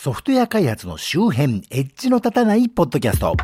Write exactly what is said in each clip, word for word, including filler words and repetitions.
ソフトウェア開発の周辺、エッジの立たないポッドキャスト。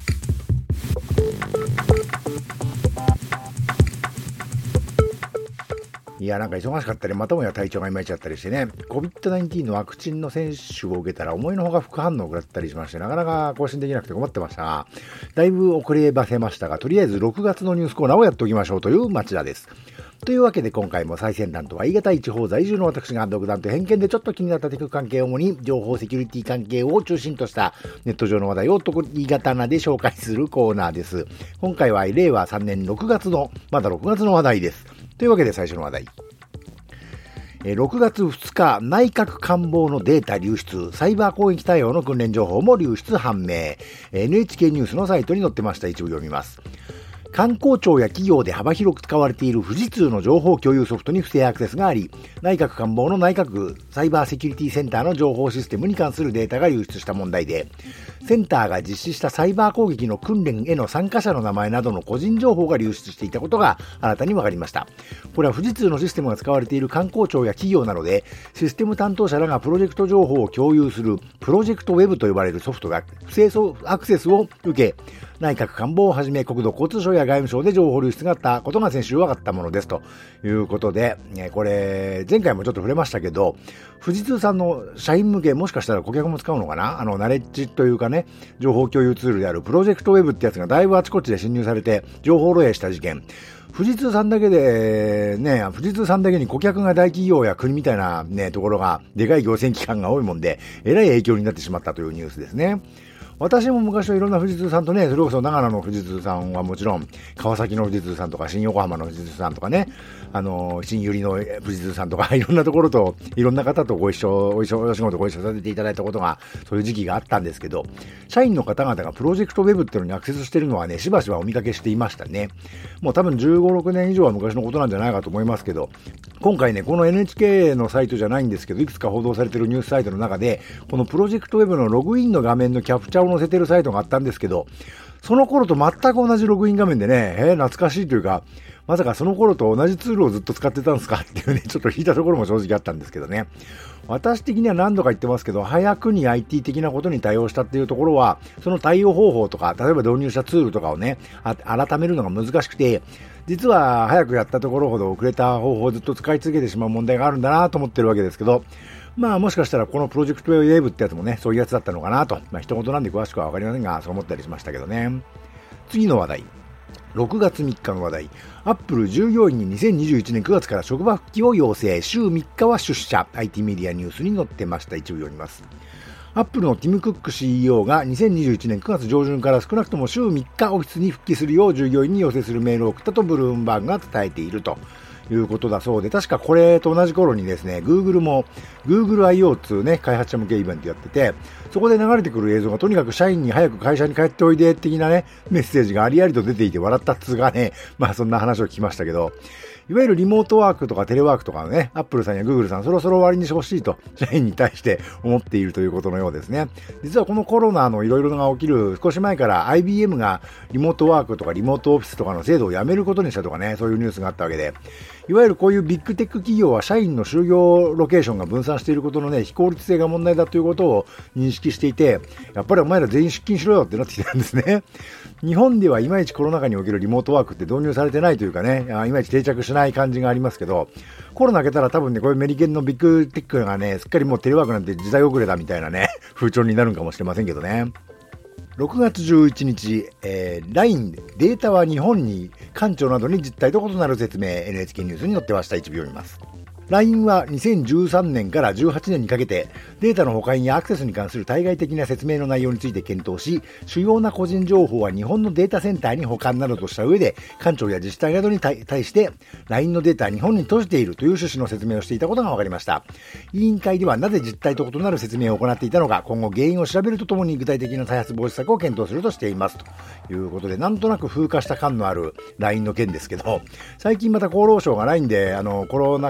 いや、なんか忙しかったり、またもや体調がいまいちゃったりしてね、コビッドナインティーン のワクチンの接種を受けたら思いのほか副反応を食らったりしまして、なかなか更新できなくて困ってましたが、だいぶ遅ればせましたが、とりあえずろくがつのニュースコーナーをやっておきましょうという町田です。というわけで今回も最先端とは言い難い地方在住の私が独断と偏見でちょっと気になったテク関係を主に情報セキュリティ関係を中心としたネット上の話題を得意刀で紹介するコーナーです。今回はれいわさんねんろくがつの、まだろくがつの話題です。というわけで最初の話題。ろくがつふつか、内閣官房のデータ流出、サイバー攻撃対応の訓練情報も流出判明。エヌエイチケー ニュースのサイトに載ってました。一部読みます。官公庁や企業で幅広く使われている富士通の情報共有ソフトに不正アクセスがあり、内閣官房の内閣サイバーセキュリティセンターの情報システムに関するデータが流出した問題で、センターが実施したサイバー攻撃の訓練への参加者の名前などの個人情報が流出していたことが新たに分かりました。これは富士通のシステムが使われている官公庁や企業などで、システム担当者らがプロジェクト情報を共有するプロジェクトウェブと呼ばれるソフトが不正アクセスを受け、内閣官房をはじめ国土交通省や外務省で情報流出があったことが先週分かったものですということで、これ前回もちょっと触れましたけど、富士通さんの社員向け、もしかしたら顧客も使うのかな、あのナレッジというかね、情報共有ツールであるプロジェクトウェブってやつがだいぶあちこちで侵入されて情報漏洩した事件。富士通さんだけでね、富士通さんだけに顧客が大企業や国みたいなね、ところが、でかい行政機関が多いもんで、えらい影響になってしまったというニュースですね。私も昔はいろんな富士通さんとね、それこそ長野の富士通さんはもちろん、川崎の富士通さんとか、新横浜の富士通さんとかね、あの、新百合の富士通さんとか、いろんなところと、いろんな方とご一緒、お一緒、お仕事ご一緒させていただいたことが、そういう時期があったんですけど、社員の方々がプロジェクトウェブっていうのにアクセスしているのはね、しばしばお見かけしていましたね。もう多分じゅうご、ろくねん以上は昔のことなんじゃないかと思いますけど、今回ね、この エヌエイチケー のサイトじゃないんですけど、いくつか報道されているニュースサイトの中で、このプロジェクトウェブのログインの画面のキャプチャーを載せているサイトがあったんですけど、その頃と全く同じログイン画面でね、えー、懐かしいというか、まさかその頃と同じツールをずっと使ってたんですかっていうね、ちょっと引いたところも正直あったんですけどね。私的には何度か言ってますけど、早くに アイティー 的なことに対応したっていうところは、その対応方法とか、例えば導入したツールとかをね、改めるのが難しくて、実は早くやったところほど遅れた方法をずっと使い続けてしまう問題があるんだなと思ってるわけですけど、まあもしかしたらこのプロジェクトウェブってやつもね、そういうやつだったのかなと、まあ一言なんで詳しくはわかりませんが、そう思ったりしましたけどね。次の話題。ろくがつみっかの話題。アップル従業員ににせんにじゅういちねんくがつから職場復帰を要請。週みっかは出社。アイティー メディアニュースに載ってました。一部読みます。アップルのティム・クック シーイーオー がにせんにじゅういちねんくがつ上旬から少なくとも週みっかオフィスに復帰するよう従業員に要請するメールを送ったとブルームバーグが伝えているということだそうで、確かこれと同じ頃にですね、Google も Google アイオー っていうね、開発者向けイベントやってて、そこで流れてくる映像がとにかく社員に早く会社に帰っておいで的なね、メッセージがありありと出ていて笑ったっつうがね、まあそんな話を聞きましたけど、いわゆるリモートワークとかテレワークとかね、アップルさんやグーグルさんそろそろ終わりにしてほしいと社員に対して思っているということのようですね。実はこのコロナのいろいろが起きる少し前から アイビーエム がリモートワークとかリモートオフィスとかの制度をやめることにしたとかね、そういうニュースがあったわけで、いわゆるこういうビッグテック企業は社員の就業ロケーションが分散していることのね、非効率性が問題だということを認識していて、やっぱりお前ら全員出勤しろよってなってきてるんですね。日本ではいまいちコロナ禍におけるリモートワークって導入されてないというかね、いまいち定着しない感じがありますけど、コロナ明けたら多分ね、こういうメリケンのビッグテックがね、すっかりもうテレワークなんて時代遅れだみたいなね、風潮になるかもしれませんけどね。ろくがつじゅういちにち、えー、ライン データは日本に官庁などに実態と異なる説明、 エヌエイチケー ニュースに載ってました。一部読みます。ライン はにせんじゅうさんねんからじゅうはちねんにかけてデータの保管やアクセスに関する対外的な説明の内容について検討し、主要な個人情報は日本のデータセンターに保管などとした上で、官庁や自治体などに対して ライン のデータは日本に閉じているという趣旨の説明をしていたことが分かりました。委員会ではなぜ実態と異なる説明を行っていたのか、今後原因を調べるとともに具体的な再発防止策を検討するとしていますということで、なんとなく風化した感のある ライン の件ですけど、最近また厚労省が ライン であのコロナ関係の情報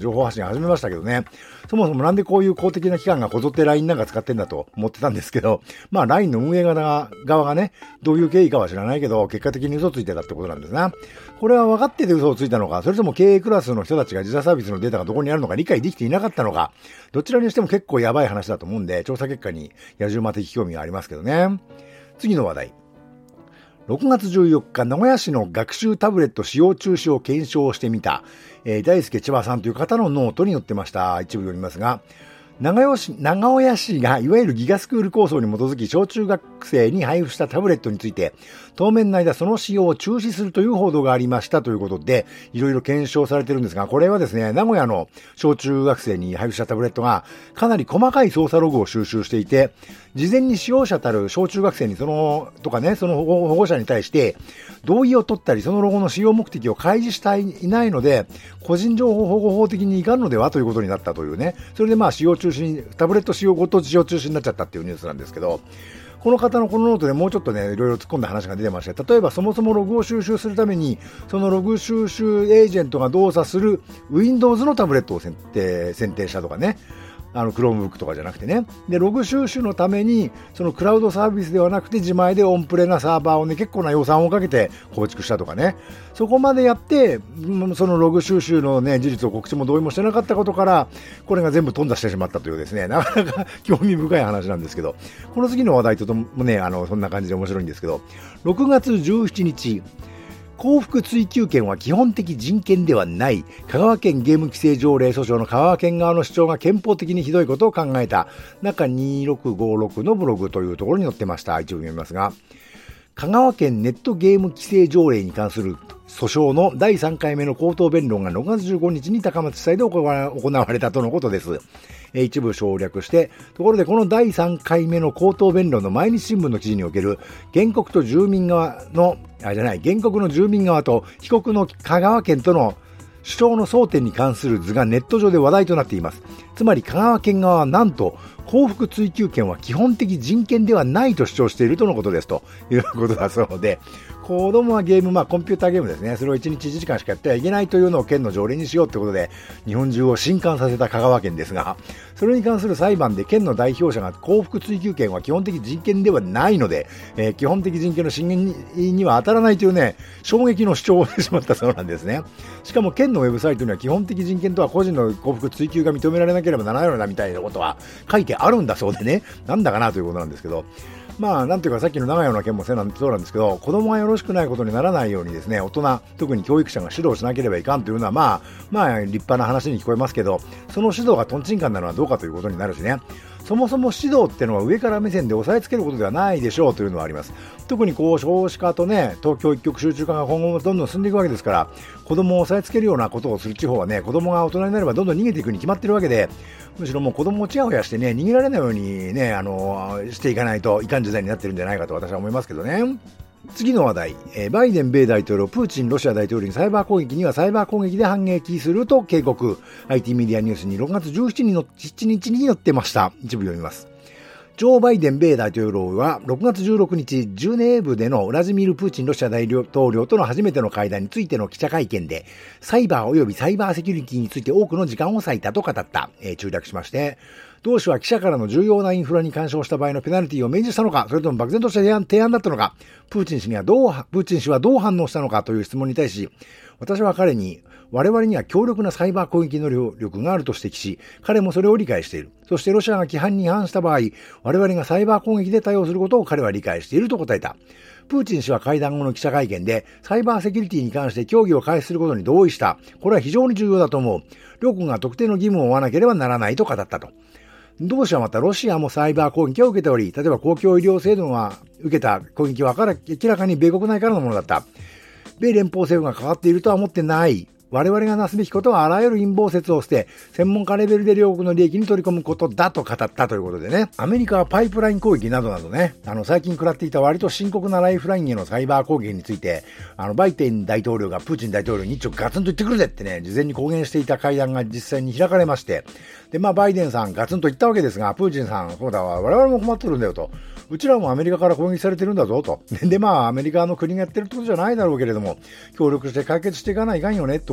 情報発信始めましたけどね。そもそもなんでこういう公的な機関がこぞって ライン なんか使ってんだと思ってたんですけど、まあ ライン の運営側がね、どういう経緯かは知らないけど、結果的に嘘ついてたってことなんですな。これは分かってて嘘をついたのか、それとも経営クラスの人たちが自社サービスのデータがどこにあるのか理解できていなかったのか、どちらにしても結構やばい話だと思うんで、調査結果に野獣馬的興味がありますけどね。次の話題。ろくがつじゅうよっか、名古屋市の学習タブレット使用中止を検証してみた、えー、大輔千葉さんという方のノートに載ってました。一部読みますが、長尾市、長尾屋市がいわゆるギガスクール構想に基づき小中学生に配布したタブレットについて当面の間その使用を中止するという報道がありましたということでいろいろ検証されてるんですが、これはですね、名古屋の小中学生に配布したタブレットがかなり細かい操作ログを収集していて、事前に使用者たる小中学生にそのとかね、その保護者に対して同意を取ったりそのロゴの使用目的を開示していないので個人情報保護法的にいかんのではということになったというね、それでまあ使用中止にタブレット使用ごと使用中止になっちゃったっていうニュースなんですけど、この方のこのノートでもうちょっとねいろいろ突っ込んだ話が出てまして、例えばそもそもログを収集するためにそのログ収集エージェントが動作する Windows のタブレットを選定、選定したとかね、あの Chromebook とかじゃなくてね、でログ収集のためにそのクラウドサービスではなくて自前でオンプレなサーバーをね結構な予算をかけて構築したとかね、そこまでやってそのログ収集のね事実を告知も同意もしてなかったことからこれが全部飛んだしてしまったというですね、なかなか興味深い話なんですけど、この次の話題とともね、あのそんな感じで面白いんですけど、ろくがつじゅうしちにち、幸福追求権は基本的人権ではない。香川県ゲーム規制条例訴訟の香川県側の主張が憲法的にひどいことを考えた。中にせんろっぴゃくごじゅうろくのブログというところに載ってました。一部読みますが、香川県ネットゲーム規制条例に関する訴訟のだいさんかいめの口頭弁論がろくがつじゅうごにちに高松地裁で行われたとのことです。一部省略して、ところでこのだいさんかいめの口頭弁論の毎日新聞の記事における原告と住民側の、あ、じゃない、原告の住民側と被告の香川県との主張の争点に関する図がネット上で話題となっています。つまり香川県側はなんと幸福追求権は基本的人権ではないと主張しているとのことですということだそうで、子供はゲーム、まあコンピューターゲームですね、それをいちにちいちじかんしかやってはいけないというのを県の条例にしようということで日本中を震撼させた香川県ですが、それに関する裁判で県の代表者が幸福追求権は基本的人権ではないので、えー、基本的人権の侵害 に, には当たらないというね衝撃の主張をしてしまったそうなんですね。しかも県のウェブサイトには基本的人権とは個人の幸福追求が認められなければならないのだみたいなことは書いてあるんだそうでね、なんだかなということなんですけど、まあなんていうかさっきの長屋の件もそうなんですけど、子供がよろしくないことにならないようにですね、大人特に教育者が指導しなければいかんというのはまあまあ立派な話に聞こえますけど、その指導がトンチンカンなのはどうかということになるしね、そもそも指導っていうのは上から目線で押さえつけることではないでしょうというのはあります。特にこう少子化とね東京一極集中化が今後もどんどん進んでいくわけですから、子供を押さえつけるようなことをする地方はね、子供が大人になればどんどん逃げていくに決まってるわけで、むしろもう子供をチヤホヤしてね逃げられないようにねあのしていかないといかん時代になってるんじゃないかと私は思いますけどね。次の話題、えー、バイデン米大統領、プーチンロシア大統領にサイバー攻撃にはサイバー攻撃で反撃すると警告。 アイティー メディアニュースにろくがつじゅうしちにちに載ってました。一部読みます。ジョー・バイデン米大統領はろくがつじゅうろくにちジュネーブでのウラジミール・プーチンロシア大統領との初めての会談についての記者会見でサイバー及びサイバーセキュリティについて多くの時間を割いたと語った、えー、中略しまして、同氏は記者からの重要なインフラに干渉した場合のペナルティを明示したのか、それとも漠然とした提案、提案だったのか、プーチン氏にはどう、プーチン氏はどう反応したのかという質問に対し、私は彼に、我々には強力なサイバー攻撃能力があると指摘し、彼もそれを理解している。そしてロシアが規範に違反した場合、我々がサイバー攻撃で対応することを彼は理解していると答えた。プーチン氏は会談後の記者会見で、サイバーセキュリティに関して協議を開始することに同意した。これは非常に重要だと思う。両国が特定の義務を負わなければならないと語ったと。同氏はまたロシアもサイバー攻撃を受けており、例えば公共医療制度が受けた攻撃は明らかに米国内からのものだった。米連邦政府が関わっているとは思ってない。我々がなすべきことはあらゆる陰謀説を捨て、専門家レベルで両国の利益に取り込むことだと語ったということでね。アメリカはパイプライン攻撃などなどね、あの最近食らっていた割と深刻なライフラインへのサイバー攻撃について、あのバイデン大統領がプーチン大統領に一応ガツンと言ってくるぜってね、事前に公言していた会談が実際に開かれまして、でまあバイデンさんガツンと言ったわけですが、プーチンさん、そうだわ、我々も困ってるんだよと。うちらもアメリカから攻撃されてるんだぞと。で、まあ、アメリカの国がやってるってことじゃないだろうけれども、協力して解決していかないかんよね、と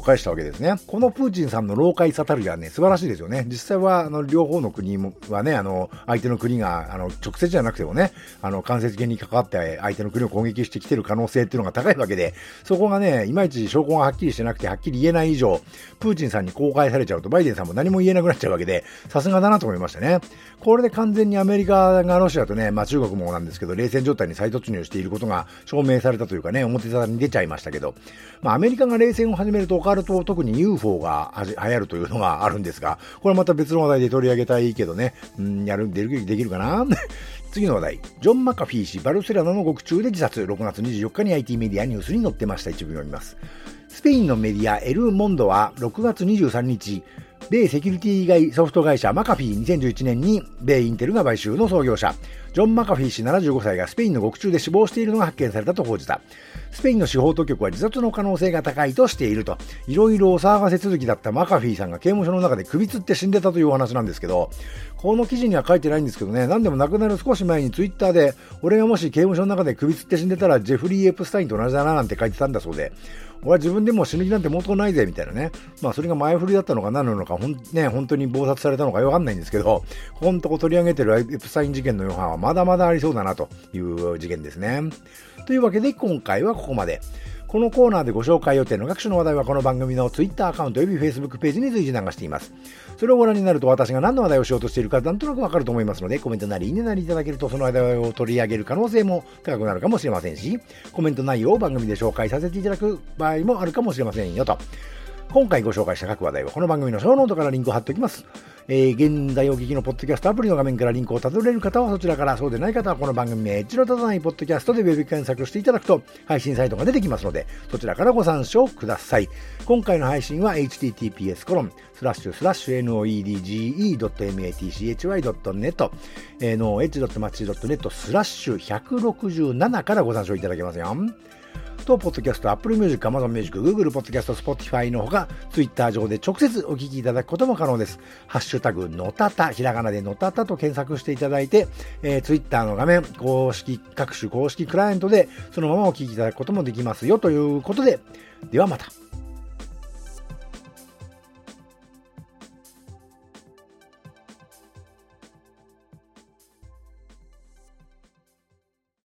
返したわけですね。このプーチンさんの老快さたるやね、素晴らしいですよね。実際は、あの、両方の国はね、あの、相手の国が、あの、直接じゃなくてもね、あの、間接的に関わって相手の国を攻撃してきてる可能性っていうのが高いわけで、そこがね、いまいち証拠がはっきりしてなくて、はっきり言えない以上、プーチンさんに公開されちゃうと、バイデンさんも何も言えなくなっちゃうわけで、さすがだなと思いましたね。これで完全にアメリカがロシアとね、まあ中国もなんですけど、冷戦状態に再突入していることが証明されたというかね、表沙汰に出ちゃいましたけど、まあアメリカが冷戦を始めるとオカルト、特に ユーフォー がはじ流行るというのがあるんですが、これまた別の話題で取り上げたいけどね、うん、やる、できる、できるかな次の話題、ジョン・マカフィー氏、バルセロナの獄中で自殺、ろくがつにじゅうよっかに アイティー メディアニュースに載ってました。一部読みます。スペインのメディアエル・モンドはろくがつにじゅうさんにち、米セキュリティソフト会社マカフィーにせんじゅういちねんに米インテルが買収の創業者、ジョン・マカフィー氏ななじゅうごさいがスペインの獄中で死亡しているのが発見されたと報じた。スペインの司法当局は自殺の可能性が高いとしていると。いろいろお騒がせ続きだったマカフィーさんが刑務所の中で首吊って死んでたというお話なんですけど、この記事には書いてないんですけどね、何でも亡くなる少し前にツイッターで、俺がもし刑務所の中で首吊って死んでたらジェフリー・エプスタインと同じだななんて書いてたんだそうで、俺は自分でも死ぬ気なんてもうとないぜみたいなね。まあそれが前振りだったのか何なのか、ほんね、本当に謀殺されたのかわかんないんですけど、ここのとこ取り上げてるエプスタイン事件の余波はまだまだありそうだなという事件ですね。というわけで今回はここまで。このコーナーでご紹介予定の各種の話題はこの番組の Twitter アカウント及び Facebook ページに随時流しています。それをご覧になると私が何の話題をしようとしているかなんとなくわかると思いますので、コメントなりいいねなりいただけるとその話題を取り上げる可能性も高くなるかもしれませんし、コメント内容を番組で紹介させていただく場合もあるかもしれませんよと。今回ご紹介した各話題はこの番組のショーノートからリンクを貼っておきます。えー、現在お聞きのポッドキャストアプリの画面からリンクをたどれる方はそちらから、そうでない方はこの番組名エッジの立たないポッドキャストでウェブ検索していただくと配信サイトが出てきますので、そちらからご参照ください。今回の配信は エイチティーティーピーエスコロンスラッシュスラッシュノーイーディージーイードットエムエーティーシーエイチワイドットネット ノーエイチドットマッチドットネットスラッシュひゃくろくじゅうななからご参照いただけますよ。と、ポッドキャスト、Apple Music、Amazon Music、Google Podcast、Spotify のほか、Twitter 上で直接お聞きいただくことも可能です。ハッシュタグ、のたた、ひらがなでのたたと検索していただいて、えー、Twitter の画面、公式、各種公式クライアントで、そのままお聞きいただくこともできますよということで、ではまた。